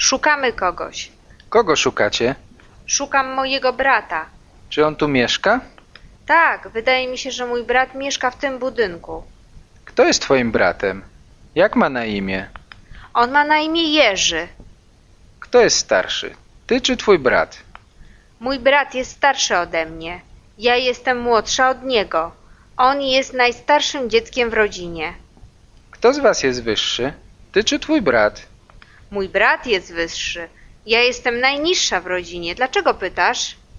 Szukamy kogoś. Kogo szukacie? Szukam mojego brata. Czy on tu mieszka? Tak, wydaje mi się, że mój brat mieszka w tym budynku. Kto jest twoim bratem? Jak ma na imię? On ma na imię Jerzy. Kto jest starszy? Ty czy twój brat? Mój brat jest starszy ode mnie. Ja jestem młodsza od niego. On jest najstarszym dzieckiem w rodzinie. Kto z was jest wyższy? Ty czy twój brat? Mój brat jest wyższy. Ja jestem najniższa w rodzinie. Dlaczego pytasz?